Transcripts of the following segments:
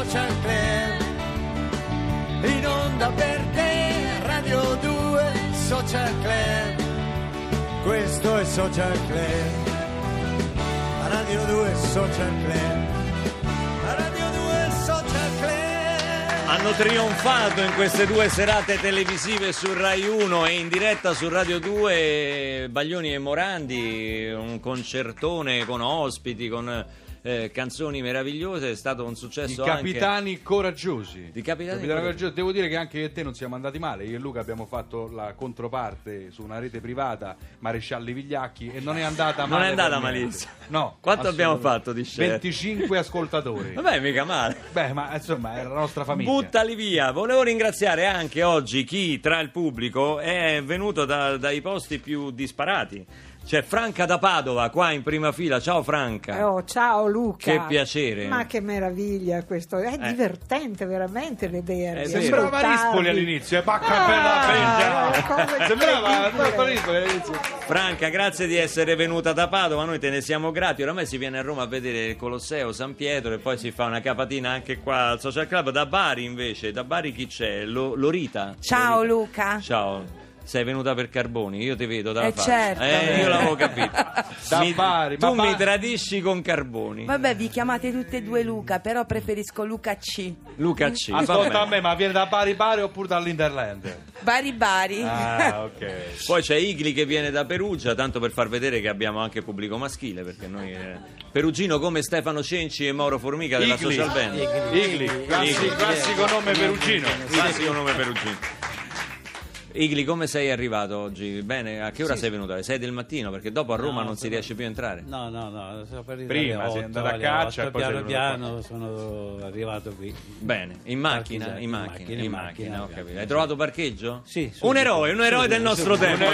Social Club. In onda per te, Radio 2 Social Club. Questo è Social Club. Radio 2 Social Club. Radio 2 Social Club. Hanno trionfato in queste due serate televisive su Rai 1 e in diretta su Radio 2 Baglioni e Morandi, un concertone con ospiti, con canzoni meravigliose. È stato un successo anche Capitani coraggiosi. di Capitani Coraggiosi. Devo dire che anche io e te non siamo andati male. Io e Luca abbiamo fatto la controparte su una rete privata, Marescialli Vigliacchi, e non è andata male. Non è andata per niente. malissimo. No. Quanto abbiamo fatto di share? 25 ascoltatori. Vabbè, mica male. Beh, ma insomma è la nostra famiglia. Buttali via. Volevo ringraziare anche oggi chi tra il pubblico è venuto dai posti più disparati. C'è Franca da Padova qua in prima fila. Ciao Franca. Oh, ciao Luca. Che piacere. Ma che meraviglia questo. È divertente veramente vedervi. Sembrava Rispoli all'inizio, Bacca bella sembrava Rispoli all'inizio. Franca, grazie di essere venuta da Padova, noi te ne siamo grati. Oramai si viene a Roma a vedere il Colosseo, San Pietro, e poi si fa una capatina anche qua al Social Club. Da Bari invece, da Bari chi c'è? Lorita. Ciao Lorita. Luca. Ciao. Sei venuta per Carboni, io ti vedo dalla faccia. Certo. Io l'avevo capito. Bari, tu mi tradisci con Carboni. Vabbè, vi chiamate tutte e due Luca, però preferisco Luca C. Luca C. Ascolta a me, ma viene da Bari oppure dall'Interland? Bari. Ah, ok. Poi c'è Igli che viene da Perugia, tanto per far vedere che abbiamo anche pubblico maschile, perché noi perugino come Stefano Cenci e Mauro Formica della Igli. Social Band. Igli, classico nome perugino. Classico nome perugino. Igli, come sei arrivato oggi? Bene, a che ora sei venuto? Alle 6 del mattino? Perché dopo a Roma non si riesce più a entrare. No, sono per Prima sei andato a caccia e poi sei piano sono arrivato qui. Bene, in macchina, ho capito. Hai trovato parcheggio? Sì. Un eroe del nostro tempo.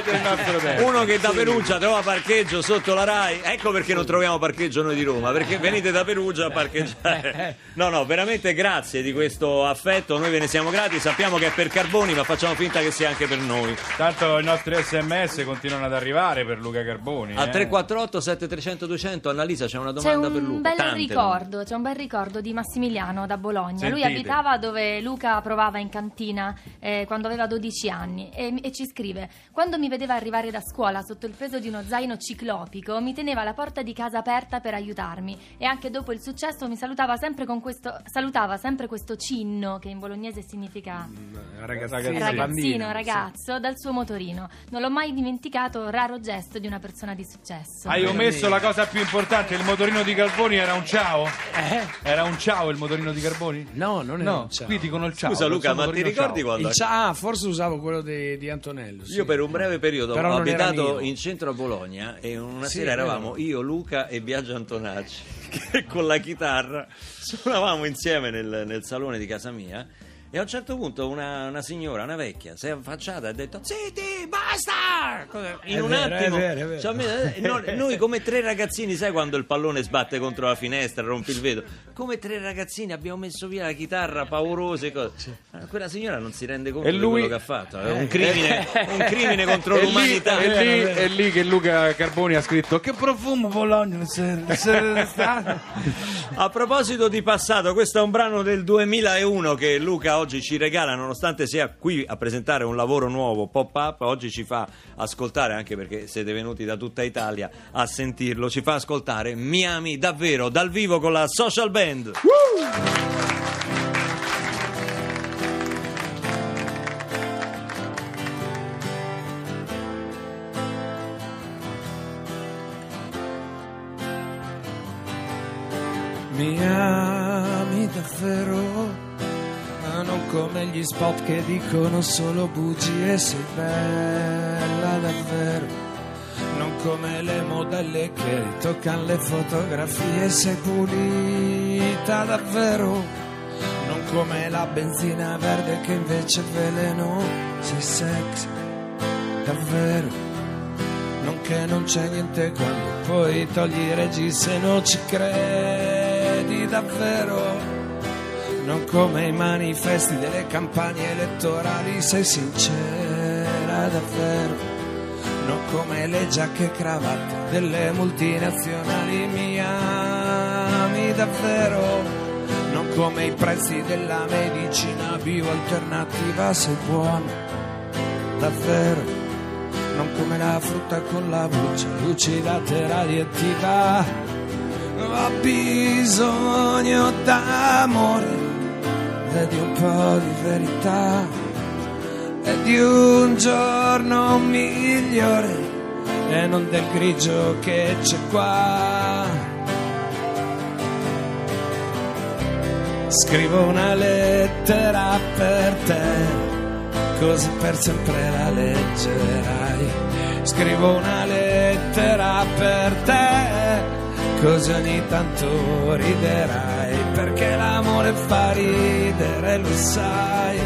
Uno che da Perugia trova parcheggio sotto la Rai. Ecco perché non troviamo parcheggio noi di Roma, perché venite da Perugia a parcheggiare. No, veramente grazie di questo affetto, noi ve ne siamo grati, sappiamo che è per Carboni, ma facciamo finta che sia anche per noi. Tanto i nostri SMS continuano ad arrivare per Luca Carboni. Al 348 7300 200. Annalisa, c'è una domanda per Luca. C'è un bel ricordo di Massimiliano da Bologna. Sentite. Lui abitava dove Luca provava in cantina quando aveva 12 anni e ci scrive: quando mi vedeva arrivare da scuola sotto il peso di uno zaino ciclopico mi teneva la porta di casa aperta per aiutarmi, e anche dopo il successo mi salutava sempre questo cinno, che in bolognese significa ragazzo, dal suo motorino. Non l'ho mai dimenticato, raro gesto di una persona di successo. Hai omesso la cosa più importante, il motorino di Carboni era un ciao? Era un ciao il motorino di Carboni? No, non era un ciao. Qui dicono il ciao. Scusa Luca, ma ti ricordi quando? Forse usavo quello di Antonello. Sì. Io per un breve periodo Però ho non era abitato mio. in centro a Bologna, e una Sì, sera è eravamo vero. io, Luca e Biagio Antonacci, che con la chitarra suonavamo insieme nel salone di casa mia. E a un certo punto una signora, una vecchia, si è affacciata e ha detto: zitti, basta! In un attimo è vero. cioè, noi come tre ragazzini, sai quando il pallone sbatte contro la finestra, rompi il vetro, come tre ragazzini abbiamo messo via la chitarra, paurose cose. Quella signora non si rende conto di quello che ha fatto. È un crimine contro l'umanità. È lì che Luca Carboni ha scritto: che profumo Bologna. A proposito di passato, questo è un brano del 2001 che Luca oggi ci regala, nonostante sia qui a presentare un lavoro nuovo, Pop-Up. Oggi ci fa ascoltare, anche perché siete venuti da tutta Italia a sentirlo, ci fa ascoltare Miami davvero dal vivo con la Social Band. Miami davvero, ma non come gli spot che dicono solo bugie. Sei bella davvero, non come le modelle che ritoccano le fotografie. Sei pulita davvero, non come la benzina verde che invece è veleno. Sei sexy davvero, non che non c'è niente quando poi togli i regi se non ci credi davvero, non come i manifesti delle campagne elettorali. Sei sincera davvero, non come le giacche e cravatte delle multinazionali. Miami davvero, non come i prezzi della medicina bioalternativa, sei buono, davvero, non come la frutta con la buccia lucidata e radioattiva. Ho bisogno d'amore e di un po' di verità e di un giorno migliore e non del grigio che c'è qua. Scrivo una lettera per te, così per sempre la leggerai. Scrivo una lettera per te, così ogni tanto riderai, perché l'amore fa ridere, lo sai.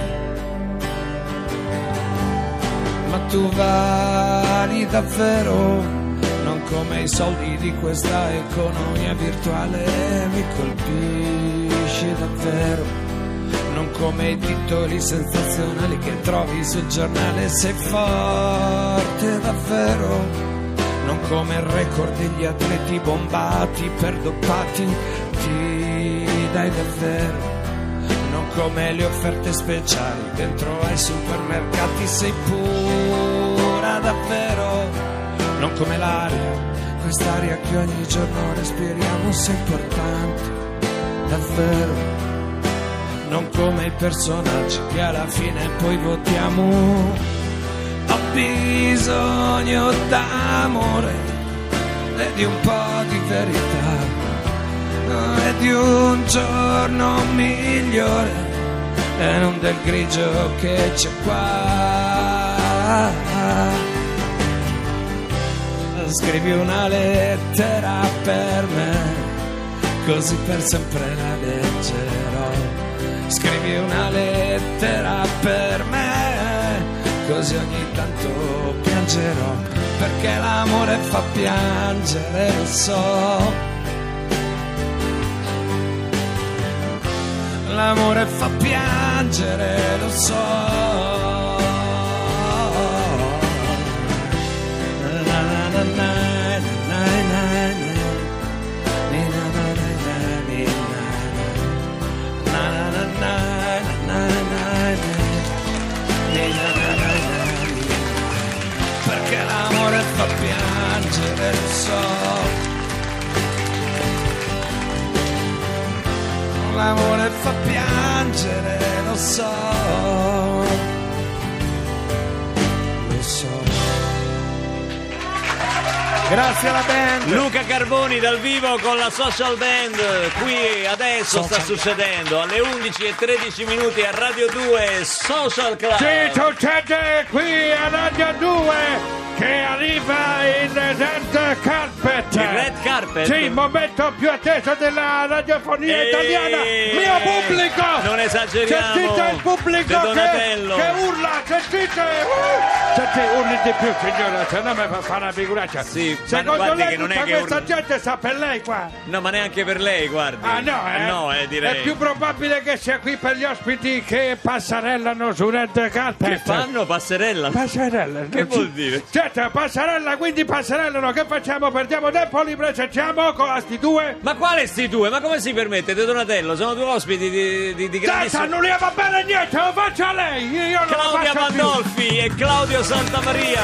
Ma tu vali davvero, non come i soldi di questa economia virtuale. Mi colpisci davvero, non come i titoli sensazionali che trovi sul giornale. Sei forte davvero, non come il record degli atleti bombati per doppati. Ti dai davvero, non come le offerte speciali dentro ai supermercati. Sei pura davvero, non come l'aria, quest'aria che ogni giorno respiriamo. Sei importante davvero, non come i personaggi che alla fine poi votiamo. Ho bisogno d'amore e di un po' di verità e di un giorno migliore e non del grigio che c'è qua. Scrivi una lettera per me, così per sempre la leggerò. Scrivi una lettera per me, così ogni tanto piangerò, perché l'amore fa piangere, lo so. L'amore fa piangere, lo so. Perché l'amore fa piangere, lo so. L'amore fa piangere, lo so. Lo so. Grazie alla band. Luca Carboni dal vivo con la Social Band. Qui adesso sta succedendo alle 11:13 a Radio 2 Social Club. Sì, succede qui a Radio 2 che arriva il Red Carpet. Il Red Carpet? Sì, il momento più atteso della radiofonia italiana. Mio pubblico! Non esageriamo. Sentite il pubblico De Donatello. che urla, sentite! Sentite, urli di più, signora, se no mi fa fare una figuraccia. Sì, ma secondo guardi lei che non è tutta che questa gente sta per lei qua? No, ma neanche per lei, guardi. Ah no, No, direi. È più probabile che sia qui per gli ospiti che passarellano su Red Carpet. Che fanno passerella? Passerella? Che vuol dire? Certo, passarella, quindi passerellano. Che facciamo? Perdiamo tempo, li presentiamo con sti due? Ma quale sti due? Ma come si permette, De Donatello? Sono due ospiti di Certo, grandissimo. non gli va bene niente, lo faccio a lei. Io non Claudia lo faccio più. Pandolfi e Claudio Santamaria.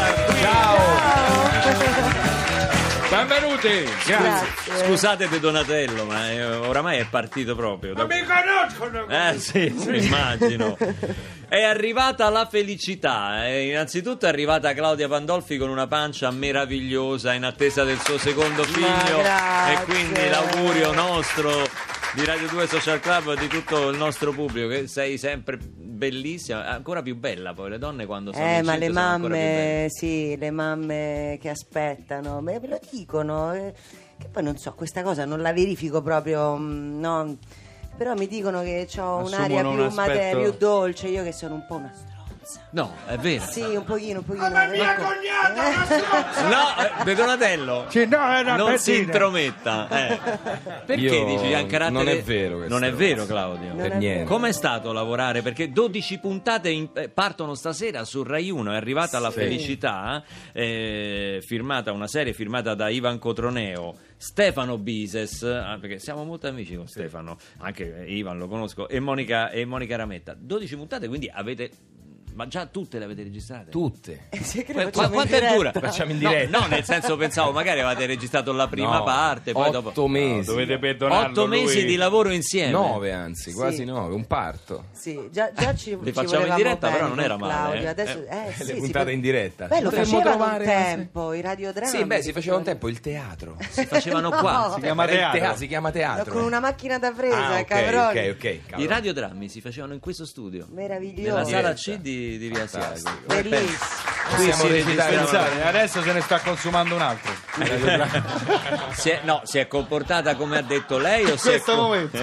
Benvenuti. Grazie. Scusate De Donatello, ma oramai è partito proprio. Ma mi conoscono. Sì, immagino. È arrivata la felicità. Innanzitutto è arrivata Claudia Pandolfi con una pancia meravigliosa in attesa del suo secondo figlio. grazie. E quindi l'augurio nostro di Radio 2 Social Club e di tutto il nostro pubblico, che sei sempre bellissima, ancora più bella poi le donne quando sono Ma incinte le sono ancora più belle. mamme, sì, le mamme che aspettano, me lo dicono, che poi non so, questa cosa non la verifico proprio, no, però mi dicono che ho un'aria Assumono più un aspetto- più dolce, io che sono un po' una stronza. stronza. No, è vero. Sì, un pochino. Ma mia cognata, No, De Donatello. Sì, no, è una Non si pettina. intrometta. Perché Io- dici ha un carattere... non è vero questo. Non è vero, Claudio. Non Per è niente. Com'è stato lavorare? Perché 12 puntate partono stasera su Rai 1, è arrivata La Felicità, una serie firmata da Ivan Cotroneo, Stefano Bises, perché siamo molto amici con Stefano, anche Ivan lo conosco, e Monica Rametta. 12 puntate, quindi avete... Ma già tutte le avete registrate? Tutte. Sì, che le Quanto facciamo in è diretta. dura? Facciamo in diretta. No, nel senso pensavo magari avete registrato la prima No, parte, poi 8 dopo... mesi. Dovete perdonarlo. 8 mesi lui. di lavoro insieme. 9 anzi, Sì. quasi 9, un parto. Sì, già ci Li ci facciamo in volevamo diretta, bene però non con era male, Claudio. eh. Adesso, Le sì, puntate in diretta. Beh, lo Potremmo facevano un trovare- tempo, i radiodrammi. Sì, beh, si faceva un tempo il teatro. Si facevano qua. Si chiama Era il teatro. si chiama teatro. Con una macchina da presa, Ah, ok, Cameroni. ok. I cavolo. radiodrammi si facevano in questo studio, Meraviglioso. nella sala Diretta. C di Via Asiago. Bellissimo. Possiamo si recitare registravano- Pensate, adesso se ne sta consumando un altro. Si è comportata come ha detto lei o si è Questo momento.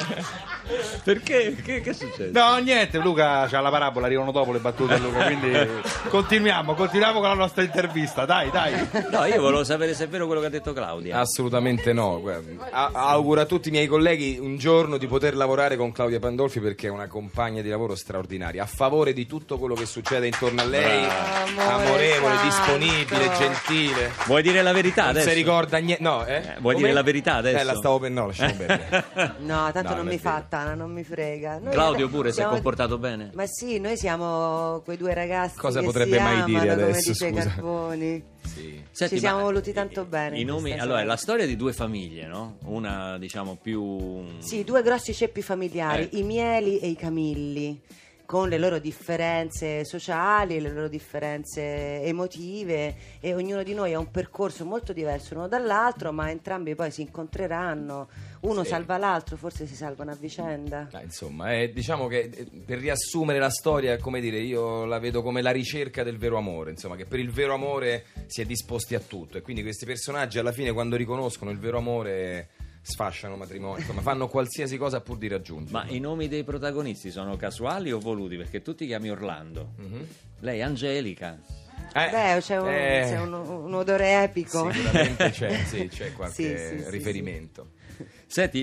Perché? Che è successo? No, niente, Luca c'ha la parabola, arrivano dopo le battute a Luca, quindi continuiamo con la nostra intervista, dai. No, io volevo sapere se è vero quello che ha detto Claudia. Assolutamente no. Guarda, auguro a tutti i miei colleghi un giorno di poter lavorare con Claudia Pandolfi perché è una compagna di lavoro straordinaria, a favore di tutto quello che succede intorno a lei, amorevole, santo. disponibile, gentile. Vuoi dire la verità Non adesso? si ricorda niente. No, vuoi dire la verità adesso? la stavo per no, lasciamo perdere. No, tanto No, non non mi è fa vero. Tana, non mi frega. Noi Claudio pure si è siamo- comportato bene. Ma sì, noi siamo quei due ragazzi Cosa che potrebbe si mai amano, dire come adesso, dice scusa? Carboni. Sì. Senti, Ci siamo ma voluti tanto bene I nomi, questa allora, è sera. la storia di due famiglie, no? Una, diciamo, più... Sì, due grossi ceppi familiari, i Mieli e i Camilli, con le loro differenze sociali, le loro differenze emotive, e ognuno di noi ha un percorso molto diverso l'uno dall'altro, ma entrambi poi si incontreranno, uno Sì. salva l'altro, forse si salvano a vicenda. Insomma, diciamo che per riassumere la storia, come dire, io la vedo come la ricerca del vero amore, insomma, che per il vero amore si è disposti a tutto, e quindi questi personaggi alla fine, quando riconoscono il vero amore, sfasciano matrimonio, insomma, fanno qualsiasi cosa pur di raggiungerlo. Ma i nomi dei protagonisti sono casuali o voluti? Perché tu ti chiami Orlando, lei Angelica. Beh, c'è un odore epico. Sicuramente c'è qualche Sì, riferimento. Senti,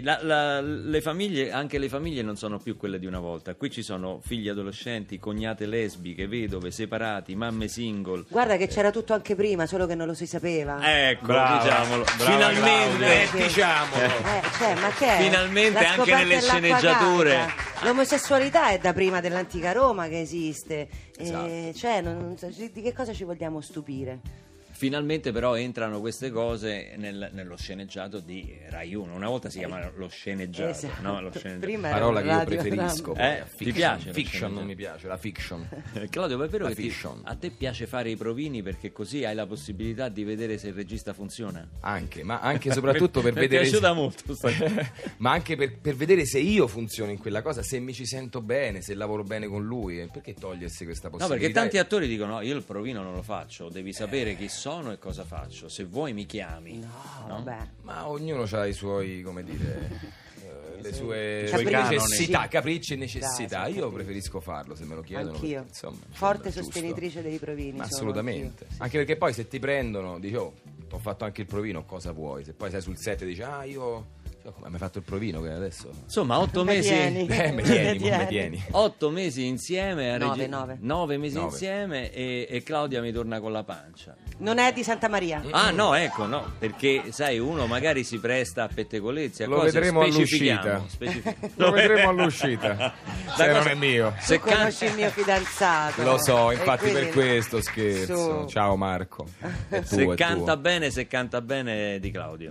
le famiglie, anche le famiglie non sono più quelle di una volta. Qui ci sono figli adolescenti, cognate lesbiche, vedove, separati, mamme single. Guarda che c'era tutto anche prima, solo che non lo si sapeva. Ecco, Brava, diciamolo. brava Finalmente, Diciamolo. Cioè, ma che è? Finalmente La anche scoperta nelle dell'acqua sceneggiature. calda. L'omosessualità è da prima dell'antica Roma che esiste. Cioè, di che cosa ci vogliamo stupire? Finalmente però entrano queste cose nello sceneggiato di Rai 1. Una volta si chiamava lo sceneggiato, Esatto. no? Lo sceneggiato. Prima era Parola un che io radio preferisco. dramma. poi, a Ti fiction. piace lo Fiction sceneggiato? non mi piace, la fiction. Claudio, è vero La che fiction. a te piace fare i provini perché così hai la possibilità di vedere se il regista funziona? Ma anche e soprattutto per Mi è vedere piaciuta molto sta ma anche per vedere se io funziono in quella cosa, se mi ci sento bene, se lavoro bene con lui, e perché togliersi questa No, possibilità? perché tanti attori dicono: no, io il provino non lo faccio, devi sapere chi sono e cosa faccio. Se vuoi mi chiami. No, No? vabbè. Ma ognuno ha i suoi, come dire, le sue Capricci. necessità, Sì. capricci e necessità. Sì, Io capricci. preferisco farlo se me lo chiedono. Anch'io. perché, insomma, mi Forte sembra giusto. sostenitrice dei provini. Ma sono assolutamente. anch'io. Anche perché poi se ti prendono, dici, oh, ho fatto anche il provino, cosa vuoi? Se poi sei sul set e dici, come hai fatto il provino che adesso? Insomma, 8 Me mesi. tieni. Me tieni. 8 mesi insieme, a 9. mesi 9. insieme e Claudia mi torna con la pancia. Non è di Santa Maria. Ah no, ecco, no, perché sai, uno magari si presta a pettegolezzi, a Lo cose, vedremo specifichiamo. Lo vedremo all'uscita. Se non è mio. Se Tu conosci il mio fidanzato. Lo so, E infatti per quindi- questo scherzo. Su. Ciao Marco. È tuo, Se è canta tuo. bene è di Claudio.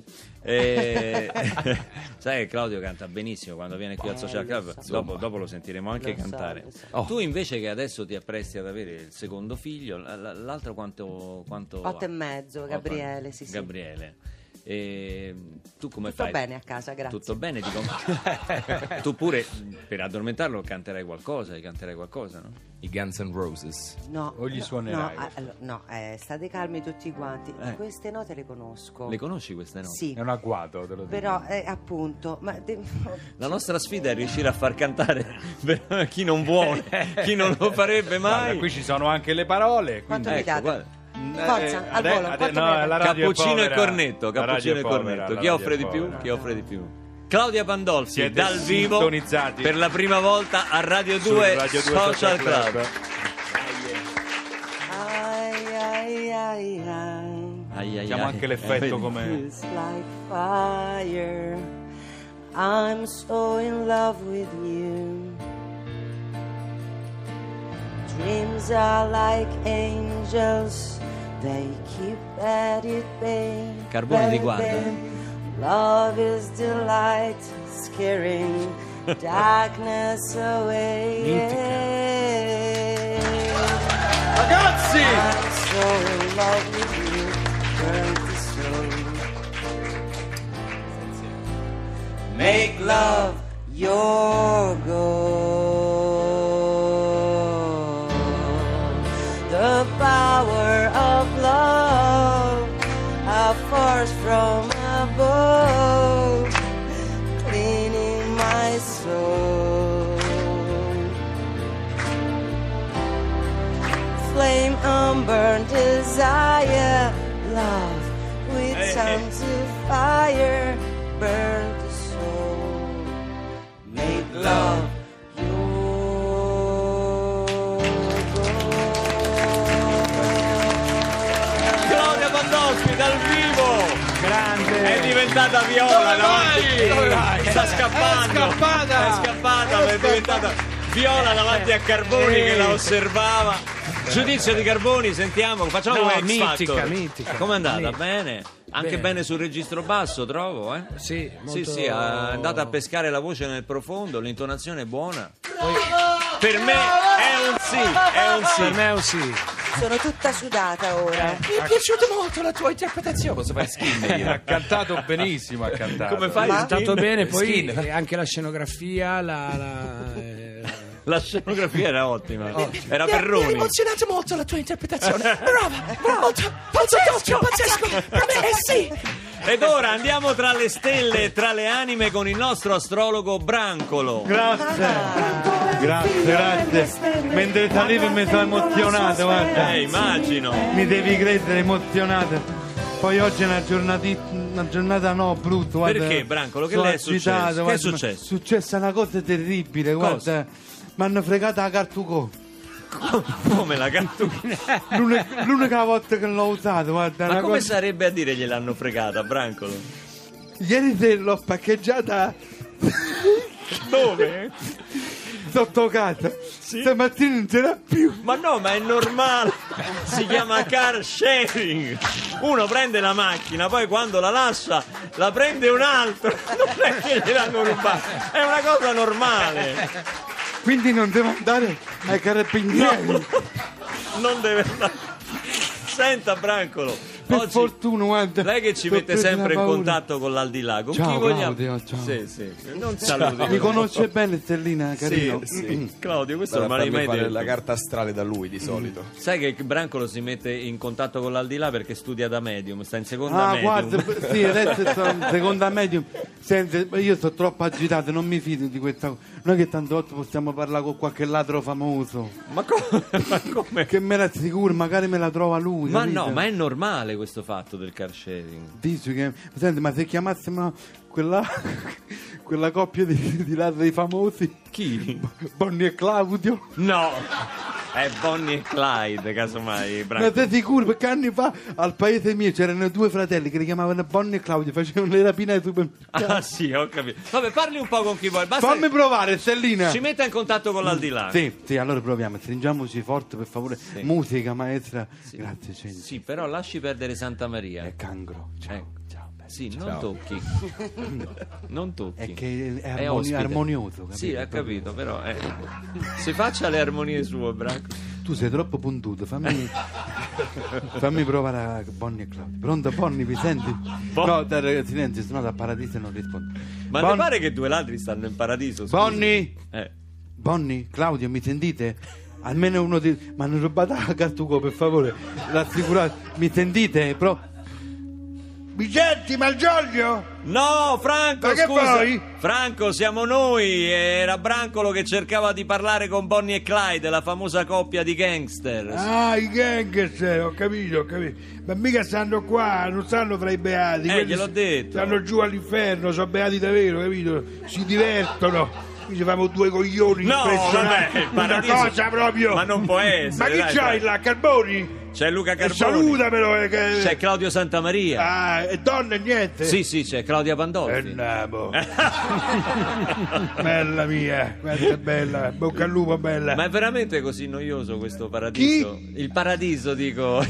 Sai che Claudio canta benissimo quando viene qui al Social Club, lo so. dopo lo sentiremo anche Lo so, cantare. lo so. Oh. Tu invece che adesso ti appresti ad avere il secondo figlio, l'altro quanto 8 e mezzo, Gabriele, sì. Gabriele. Tu come Tutto fai? bene a casa, grazie. Tutto bene? Tu pure per addormentarlo canterai qualcosa, no? I Guns N' Roses. No, O gli suonerai? state calmi tutti quanti. Queste note le conosco. Le conosci queste note? Sì, È un agguato, te lo dico. però appunto, La nostra sfida è riuscire a far cantare per chi non vuole, chi non lo farebbe mai. Guarda, qui ci sono anche le parole. quanto quindi- mi date? guarda. Forza, al volo, quanto mi date? la radio è Cappuccino e povera. cornetto, La radio cappuccino è e povera, cornetto. la Chi radio offre è di più? povera. Chi offre di più? Claudia Pandolfi Siete dal vivo sintonizzati per la prima volta a Radio sul 2 Radio 2 Social Club. Ai, ai, ai, ai. Ai, ai, Facciamo ai. anche l'effetto Vedi? come... It's like fire. I'm so in love with you. Dreams are like angels. They keep at it bay. Carbone li guarda. Love is the light, scaring darkness away. Ragazzi! I'm so in love with you, burn the soul. Make love your goal. The power of love, a force from above, cleaning my soul. Flame unburned desire, love with time to fire, burn the soul. Make love your Claudia Pandolfi dal vivo. Grande! È diventata viola davanti. Dove vai? Sta scappando. È scappata, è diventata viola davanti a Carboni che la osservava. Giudizio di Carboni, sentiamo, facciamo No, un X mitica, Factor. mitica. Com'è andata? Mitica. Bene? Anche bene sul registro basso, trovo, eh? Sì, molto... Sì, è andata a pescare la voce nel profondo, l'intonazione è buona. Per me è un sì, è un sì. Per me è un sì. Sono tutta sudata ora. Mi è piaciuta molto la tua interpretazione. Posso fare skin io? Ha cantato benissimo, ha cantato. Come fai? Ha cantato bene, poi Skin. anche la scenografia, La scenografia era ottima. Era Perroni. emozionato molto la tua interpretazione. Brava, molto pazzesco. Per me è sì. Ed ora andiamo tra le stelle e tra le anime con il nostro astrologo Brancolo. Grazie. Mentre salivi mi sono emozionato, guarda. Immagino. Mi devi credere, emozionato. Poi oggi è una giornata no, brutta, guarda. Perché, Brancolo? Che Sono le è successo? agitato, Che è guarda, successo? È successa una cosa terribile, guarda. Mi hanno fregato la cartucò. Come la cartolina? L'unica volta che l'ho usato, guarda. Ma una come cosa- sarebbe a dire gliel'hanno fregata, Brancolo? Ieri sera l'ho parcheggiata Dove? sotto casa. Stamattina non c'era più. Ma no, ma è normale. Si chiama car sharing. Uno prende la macchina, poi quando la lascia la prende un altro. Non è che gliel'hanno rubata. È una cosa normale. Quindi non devo andare ai carabinieri. Non deve andare. Senta, Brancolo. Per Oggi fortuna, guarda. lei che ci t'ho mette preso sempre in una paura. contatto con l'aldilà, con Ciao, chi vogliamo? Claudio, ciao. Sì, sì. Non saluti. Mi conosce bene Stellina, carino. Claudio, questo Vado non a me l'hai farmi mai fare detto. la carta astrale da lui di solito. Sai che Brancolo si mette in contatto con l'aldilà perché studia da medium, sta in seconda Ah, medium. guarda, sì, adesso sono in seconda medium. Senti, io sto troppo agitato, non mi fido di questa cosa. Noi che tante volte possiamo parlare con qualche ladro famoso. Ma come? Ma come? Che me la assicuro, magari me la trova lui. Ma capito? no, ma è normale questo fatto del car sharing. Dici che. Senti, ma se chiamassimo quella coppia di ladri famosi, Chi? Bonnie e Claudio. No, è Bonnie e Clyde, casomai, Ma Brancolo. sei sicuro? Perché anni fa al paese mio c'erano due fratelli che li chiamavano Bonnie e Claudio, facevano le rapine ai supermercati. Ah sì, ho capito. Vabbè, parli un po' con chi vuoi. Basta Fammi che provare, Stellina. ci metta in contatto con l'aldilà. Sì, allora proviamo, stringiamoci forte per favore. Musica, maestra. Grazie, Cenci. Sì, però lasci perdere Santa Maria. È cancro. Ciao. Ecco. Ciao, bello. Sì, non tocchi. Non tocchi. È che è È ospite. armonioso. Capito? Sì, ho capito, però si faccia le armonie sue, Branco. Tu sei troppo puntuto, fammi Fammi provare a Bonnie e Claudio. Pronto Bonnie, mi senti? No, silenzio, sennò da paradiso non rispondo. Ma ne pare che due ladri stanno in paradiso? Scusi. Bonnie? Bonnie, Claudio, mi sentite? Almeno uno di... Ma non rubate la cartuco, per favore. Rassicurate. Mi sentite? Mi senti, Malgioglio? No, Franco, Ma che scusa. vuoi? Franco, siamo noi. Era Brancolo che cercava di parlare con Bonnie e Clyde, la famosa coppia di gangster. Ah, i gangster, ho capito. Ma mica stanno qua, non stanno fra i beati. Quelli gliel'ho detto. Stanno giù all'inferno, sono beati davvero, capito? Si divertono. Qui ci fanno due coglioni No, impressionanti. vabbè, il Una paradiso. cosa proprio. Ma non può essere. Ma chi dai, c'hai là, Carboni? C'è Luca Carboni. Salutamelo. C'è Claudio Santamaria. Ah, e donne niente? Sì, c'è Claudia Pandolfi. Namo. Bella mia, quanto è bella, bocca al lupo bella. Ma è veramente così noioso questo paradiso? Il paradiso, dico.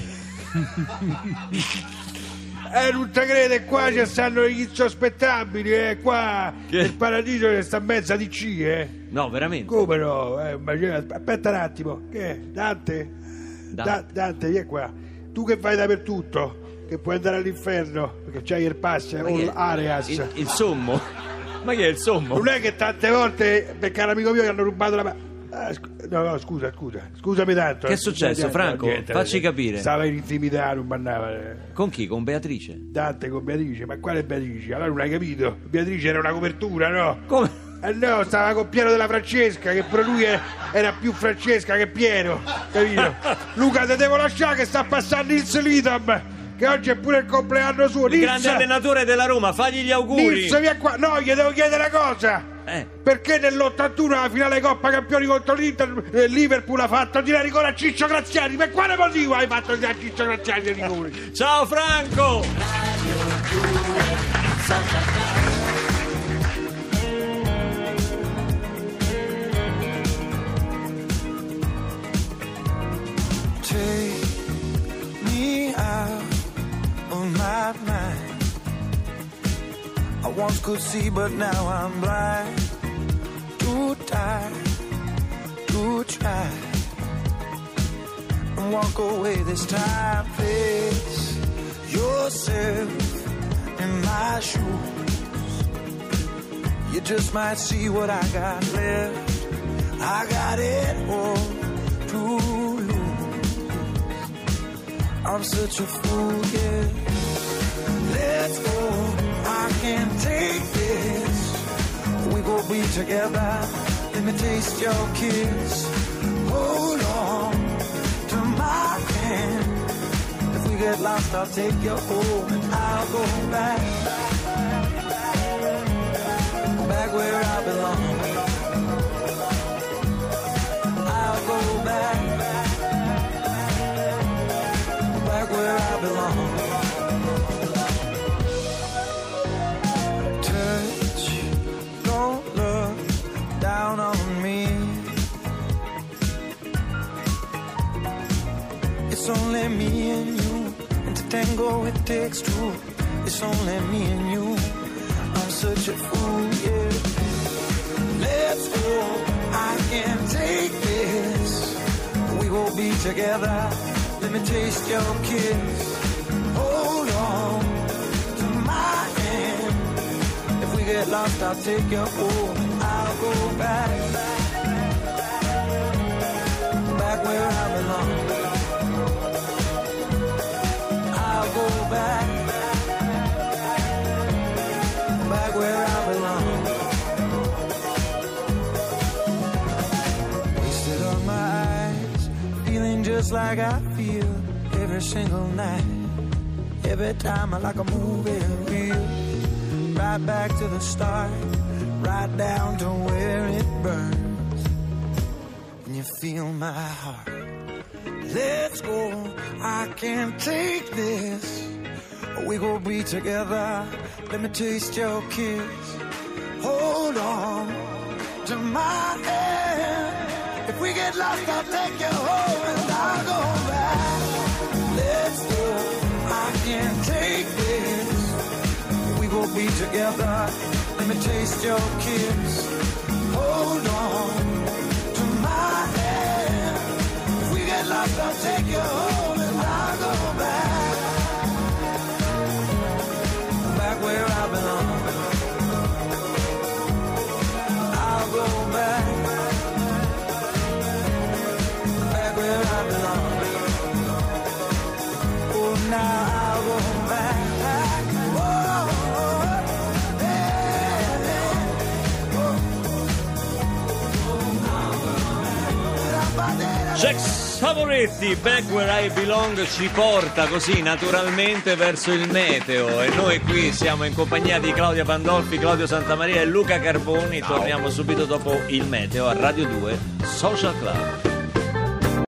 Non te crede, qua ci stanno gli insospettabili, qua nel paradiso che sta mezza di C, No, veramente? Come no? Aspetta un attimo, che è? Dante, vieni qua. Tu che vai dappertutto, che puoi andare all'inferno, perché c'hai il pass, Areas. Il sommo? Ma che è il sommo? Non è che tante volte, perché un amico mio che hanno rubato la... No, scusami tanto. Che è successo, Franco? Facci capire. Stava in intimità, non mandava. Con chi? Con Beatrice? Dante con Beatrice, ma quale Beatrice? Allora non hai capito? Beatrice era una copertura, no? Come? No, stava con Piero della Francesca, che pure lui era più Francesca che Piero, capito? Luca, te devo lasciare che sta passando il Litam, che oggi è pure il compleanno suo. Il grande allenatore della Roma, fagli gli auguri. Nils, via qua. No, gli devo chiedere una cosa. Perché nell'81 alla finale Coppa Campioni contro l'Inter, Liverpool ha fatto tirare rigore a Ciccio Graziani? Per quale motivo hai fatto tirare a Ciccio Graziani i rigori? Ciao Franco! Take me out of my mind. I once could see, but now I'm blind. Too tired to try and walk away this time. Place yourself in my shoes. You just might see what I got left. I got it all to lose. I'm such a fool, yeah. Let's go. I can't take this. We gon' be together. Let me taste your kiss. Hold on to my hand. If we get lost, I'll take you home and I'll go back where I belong. I'll go back where I belong. It's only me and you, and to tango it takes two. It's only me and you. I'm such a fool, yeah. Let's go. I can't take this. We will be together. Let me taste your kiss. Hold on to my hand. If we get lost, I'll take you home. I'll go back where I belong. Go back where I belong. Wasted on my eyes, feeling just like I feel every single night. Every time I like a movie reel. Right back to the start, right down to where it burns. And you feel my heart. Let's go, I can't take this. We gon' be together. Let me taste your kiss. Hold on to my hand. If we get lost, I'll take you home and I'll go back. Let's go, I can't take this. We gon' be together. Let me taste your kiss. Hold on to my hand. If we get lost, I'll take you home and I'll Moretti, Back Where I Belong, ci porta così naturalmente verso il meteo e noi qui siamo in compagnia di Claudia Pandolfi, Claudio Santamaria e Luca Carboni. Torniamo subito dopo il meteo a Radio 2 Social Club.